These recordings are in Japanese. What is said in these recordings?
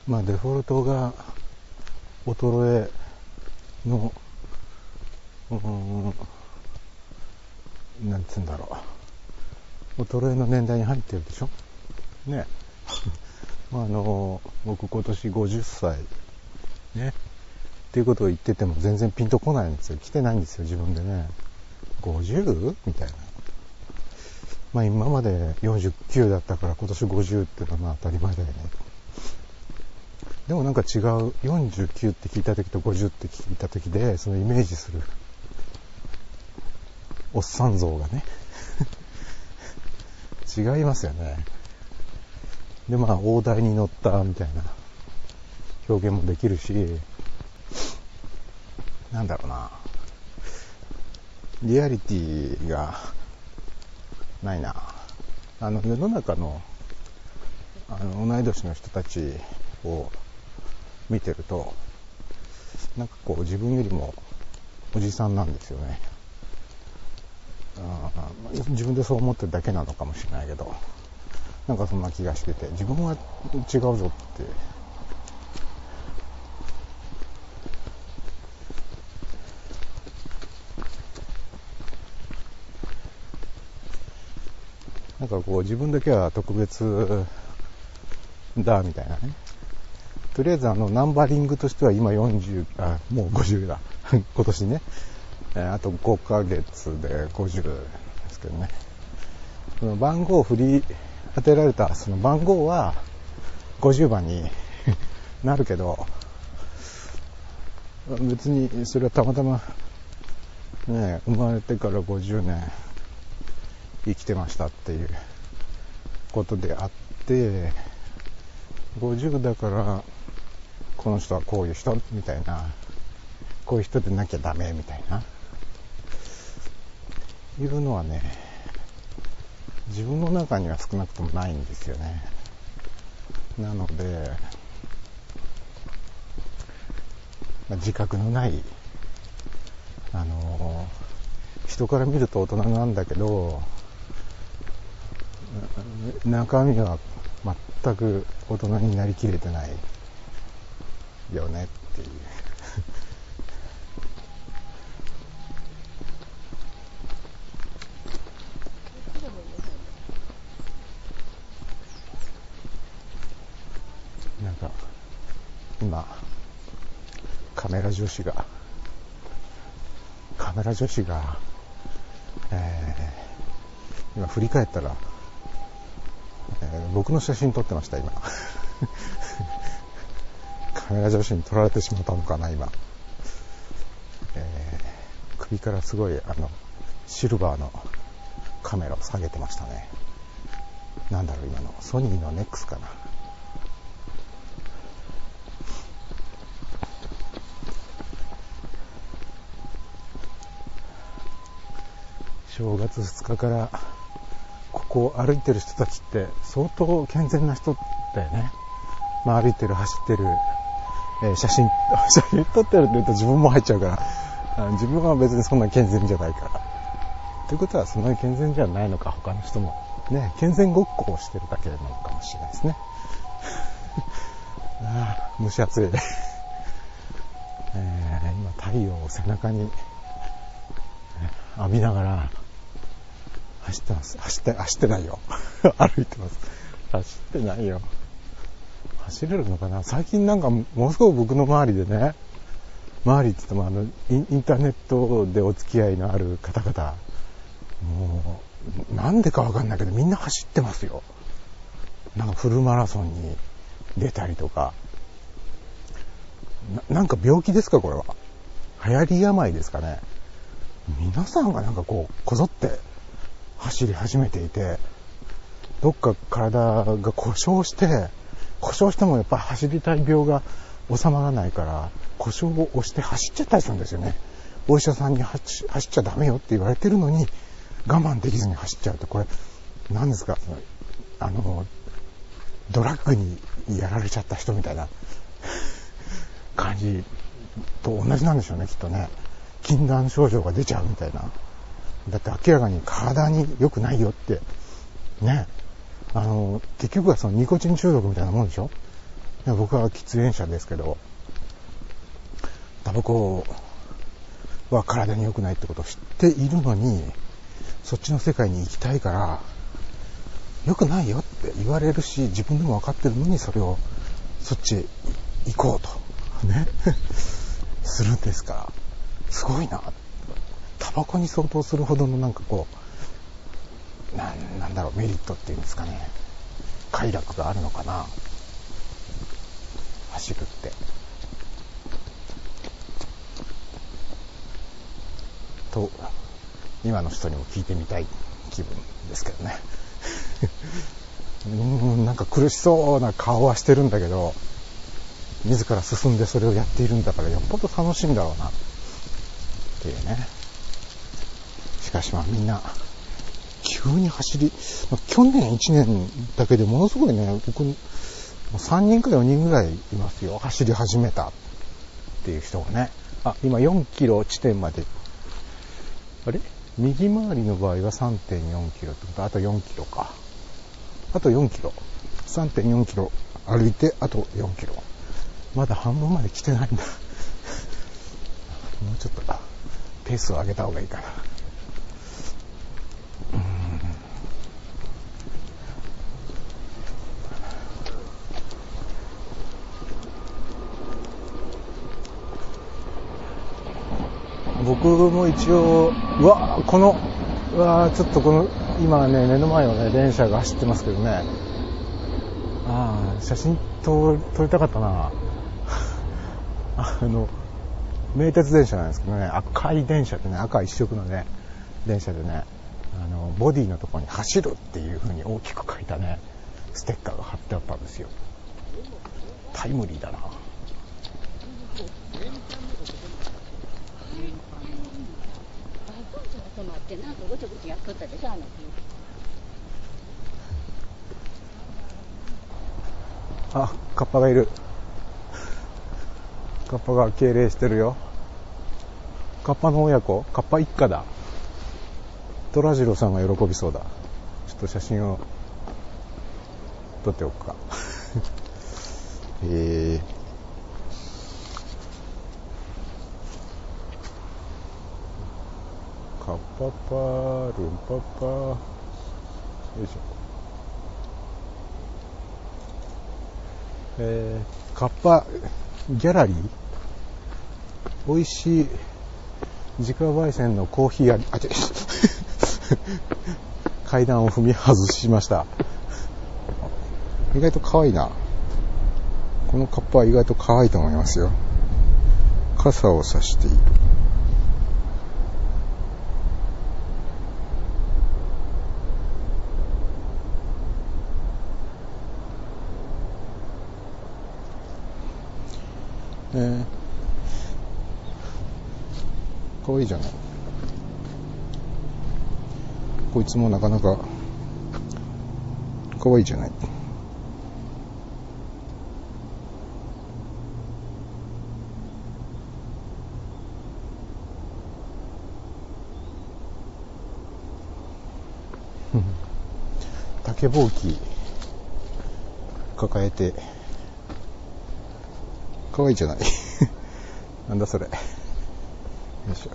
デフォルトが衰えのなんつうんだろう、衰えの年代に入ってるでしょね。僕今年50歳ねっていうことを言ってても全然ピンとこないんですよ。来てないんですよ、自分でね。 50? みたいな。今まで49だったから今年50っていうのは当たり前だよね。でもなんか違う、49って聞いた時と50って聞いた時でそのイメージするおっさん像がね違いますよね。で大台に乗ったみたいな表現もできるし、なんだろうな、リアリティがないな。世の中の同い年の人たちを見てると、なんかこう自分よりもおじさんなんですよね。自分でそう思ってるだけなのかもしれないけど、なんかそんな気がしてて、自分は違うぞってなんかこう自分だけは特別だみたいなね。とりあえずナンバリングとしては今40、もう50だ今年ね、あと5ヶ月で50ですけどね。その番号を振り当てられたその番号は50番になるけど、別にそれはたまたまね、生まれてから50年生きてましたっていうことであって、50だからこの人はこういう人みたいな、こういう人でなきゃダメみたいないうのはね、自分の中には少なくともないんですよね。なので、自覚のない、人から見ると大人なんだけど、中身は全く大人になりきれてないよねっていうなんか今カメラ女子が、今振り返ったら、僕の写真撮ってました今カメラ女子に撮られてしまったのかな今、首からすごいシルバーのカメラを下げてましたね。なんだろう、今のソニーのネックスかな。正月2日からここを歩いてる人たちって相当健全な人だよね。歩いてる、走ってる、写真撮ってるって言うと自分も入っちゃうから、自分は別にそんな健全じゃないからということは、そんなに健全じゃないのか、他の人もね、健全ごっこをしてるだけなのかもしれないですね蒸し暑い今太陽を背中に浴びながら走ってます。走ってないよ歩いてます。走ってないよ。走れるのかな。最近なんかものすごく僕の周りでね、周りって言ってもインターネットでお付き合いのある方々、もうなんでかわかんないけどみんな走ってますよ。なんかフルマラソンに出たりとか、なんか病気ですか、これは流行り病ですかね。皆さんがなんかこぞって走り始めていて、どっか体が故障してもやっぱり走りたい病が収まらないから故障を押して走っちゃったりするんですよね。お医者さんに走っちゃダメよって言われてるのに我慢できずに走っちゃうって、これ何ですか、ドラッグにやられちゃった人みたいな感じと同じなんでしょうね、きっとね。禁断症状が出ちゃうみたいな。だって明らかに体に良くないよってね。結局はそのニコチン中毒みたいなもんでしょ。 や僕は喫煙者ですけど、タバコは体に良くないってことを知っているのに、そっちの世界に行きたいから良くないよって言われるし、自分でも分かってるのにそれをそっちへ行こうとねするんですから、すごいな。タバコに相当するほどのなんかこうなんだろう、メリットっていうんですかね、快楽があるのかな、走るってと、今の人にも聞いてみたい気分ですけどねなんか苦しそうな顔はしてるんだけど、自ら進んでそれをやっているんだから、よっぽど楽しいんだろうなっていうね。しかしみんな急に走り、去年1年だけでものすごいね、僕3人か4人ぐらいいますよ、走り始めたっていう人がね。今4キロ地点まで、あれ右回りの場合は 3.4 キロってこと、あと4キロか、あと4キロ 3.4 キロ歩いて、あと4キロ、まだ半分まで来てないんだもうちょっとペースを上げた方がいいかな。僕も一応、ちょっと今ね、目の前をね、電車が走ってますけどね。写真撮りたかったな名鉄電車なんですけどね、赤い電車でね、赤一色のね、電車でね、ボディのところに走るっていう風に大きく書いたね、ステッカーが貼ってあったんですよ。タイムリーだな。カッパがいる。カッパが敬礼してるよ。カッパの親子、カッパ一家だ。虎次郎さんが喜びそうだ。ちょっと写真を撮っておくかカッパパールンパパ、よいしょ。カッパギャラリー、美味しい自家焙煎のコーヒー階段を踏み外しました。意外と可愛いな。このカッパは意外と可愛いと思いますよ。傘を差している。可愛いじゃない。こいつもなかなか可愛いじゃない。竹ぼうき抱えて可愛いじゃないなんだそれ。よいしょ。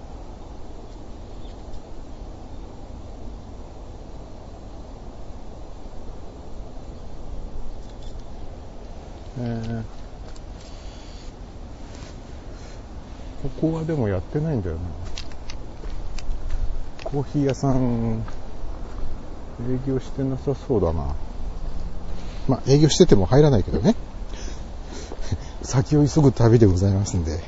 ここはでもやってないんだよな。コーヒー屋さん営業してなさそうだな。営業してても入らないけどね先を急ぐ旅でございますんでよ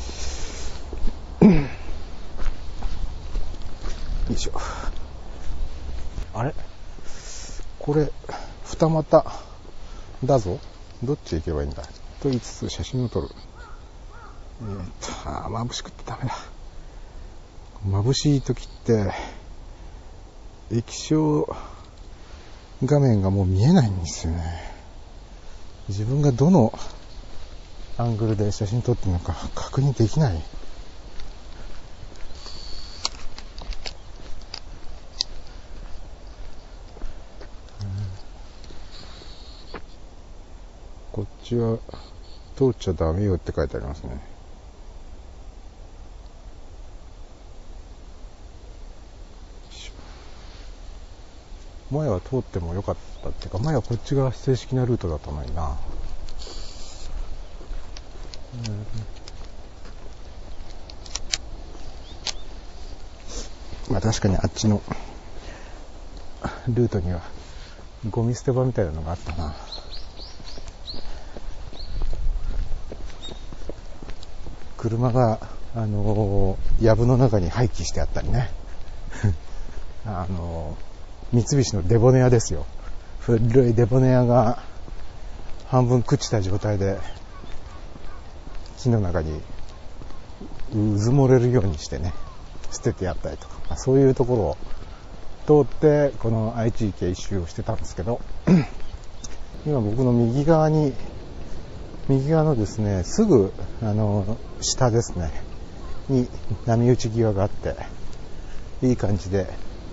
いしょ。あれこれ二股だぞ。どっちへ行けばいいんだと言いつつ写真を撮る。眩しくってダメだ。眩しい時って液晶画面がもう見えないんですよね。自分がどのアングルで写真撮ってるのか確認できない。 こっちは通っちゃダメよって書いてありますね。前は通ってもよかったっていうか、前はこっちが正式なルートだったのにな。まあ確かにあっちのルートにはゴミ捨て場みたいなのがあったな。車が藪の中に廃棄してあったりね三菱のデボネアですよ。古いデボネアが半分朽ちた状態で木の中にうずもれるようにしてね、捨ててやったりとか、そういうところを通ってこの愛知池一周をしてたんですけど今僕の右側のですね、すぐ下ですねに波打ち際があって、いい感じで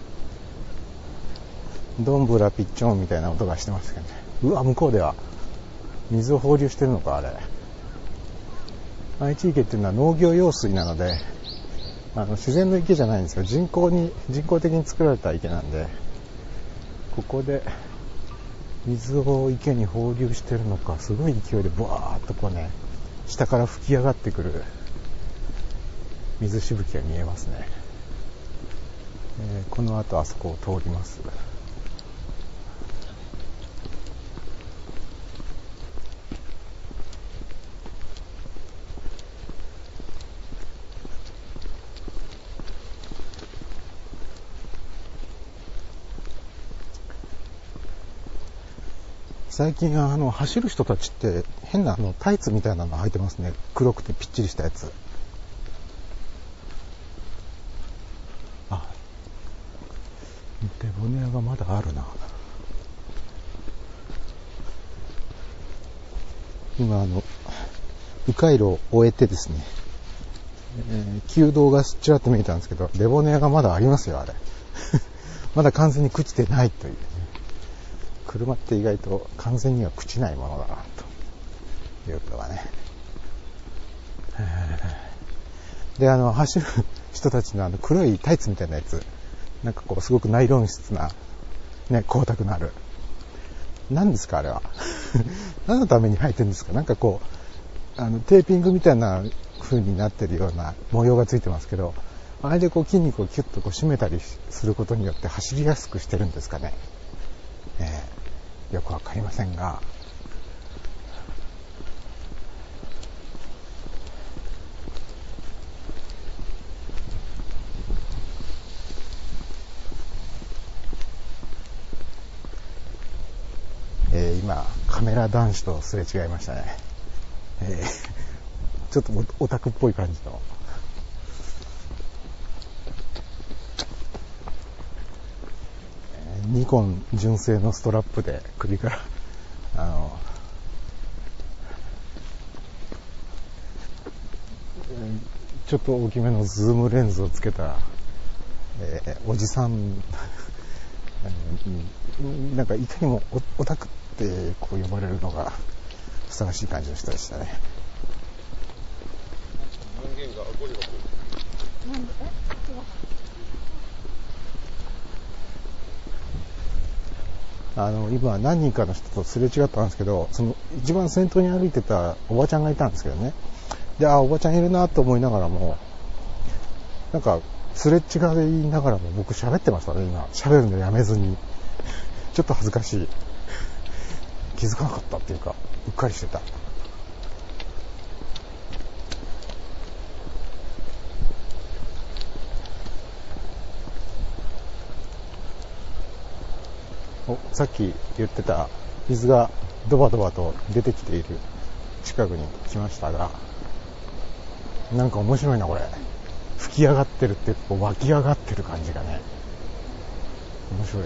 ドンブラピッチョンみたいな音がしてましたけどね。うわ、向こうでは水を放流してるのか。あれ、愛知池っていうのは農業用水なので自然の池じゃないんですよ。人工的に作られた池なんで、ここで水を池に放流してるのか、すごい勢いでブワーっとこうね、下から吹き上がってくる水しぶきが見えますね。この後あそこを通ります。最近走る人たちって変なタイツみたいなの履いてますね。黒くてぴっちりしたやつ。あ、デボネアがまだあるな。今迂回路を終えてですね、旧道がちらっと見えたんですけど、デボネアがまだありますよ、あれまだ完全に朽ちてないというね。車って意外と完全には朽ちないものだなということがね。で、走る人たちの黒いタイツみたいなやつ、なんかこうすごくナイロン質なね、光沢のある、何ですかあれは何のために履いてるんですか。なんかこうテーピングみたいな風になってるような模様がついてますけど、あれでこう筋肉をキュッとこう締めたりすることによって走りやすくしてるんですかね。よくわかりませんが、今カメラ男子とすれ違いましたね。ちょっとオタクっぽい感じのニコン純正のストラップで首からちょっと大きめのズームレンズをつけた、おじさんなんかいかにもオタクってこう呼ばれるのがふさわしい感じの人でしたね。今何人かの人とすれ違ったんですけど、その一番先頭に歩いてたおばちゃんがいたんですけどね。で、おばちゃんいるなと思いながらも、なんかすれ違いながらも僕喋ってましたね。今喋るのやめずにちょっと恥ずかしい。気づかなかったっていうか、うっかりしてた。さっき言ってた水がドバドバと出てきている近くに来ましたが、なんか面白いなこれ。吹き上がってるってこう湧き上がってる感じがね、面白い。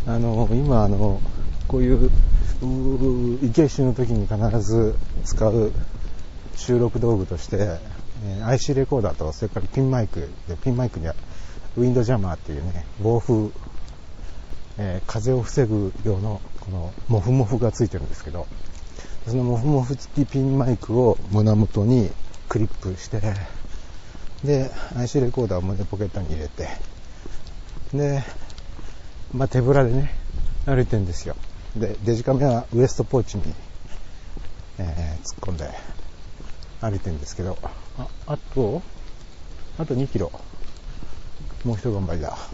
今こういう意見集の時に必ず使う収録道具として、IC レコーダーとそれからピンマイクで、ピンマイクにはウィンドジャマーっていうね、暴風、風を防ぐ用のこのモフモフがついてるんですけど、そのモフモフ付きピンマイクを胸元にクリップして、で IC レコーダーを胸ポケットに入れて、で、手ぶらでね歩いてるんですよ。でデジカメはウエストポーチに、突っ込んで歩いてるんですけど、あと2キロ、もう一頑張りだ。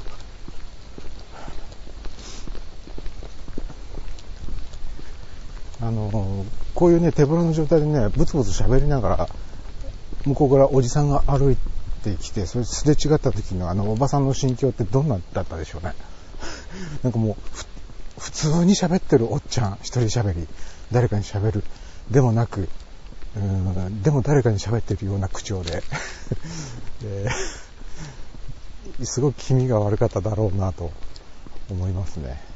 こういうね手ぶらの状態でねブツブツ喋りながら向こうからおじさんが歩いてきて、それすれ違った時のおばさんの心境ってどんなだったでしょうね。なんかもう普通に喋ってるおっちゃん、一人喋り、誰かに喋るでもなく、でも誰かに喋ってるような口調で、すごく気味が悪かっただろうなと思いますね。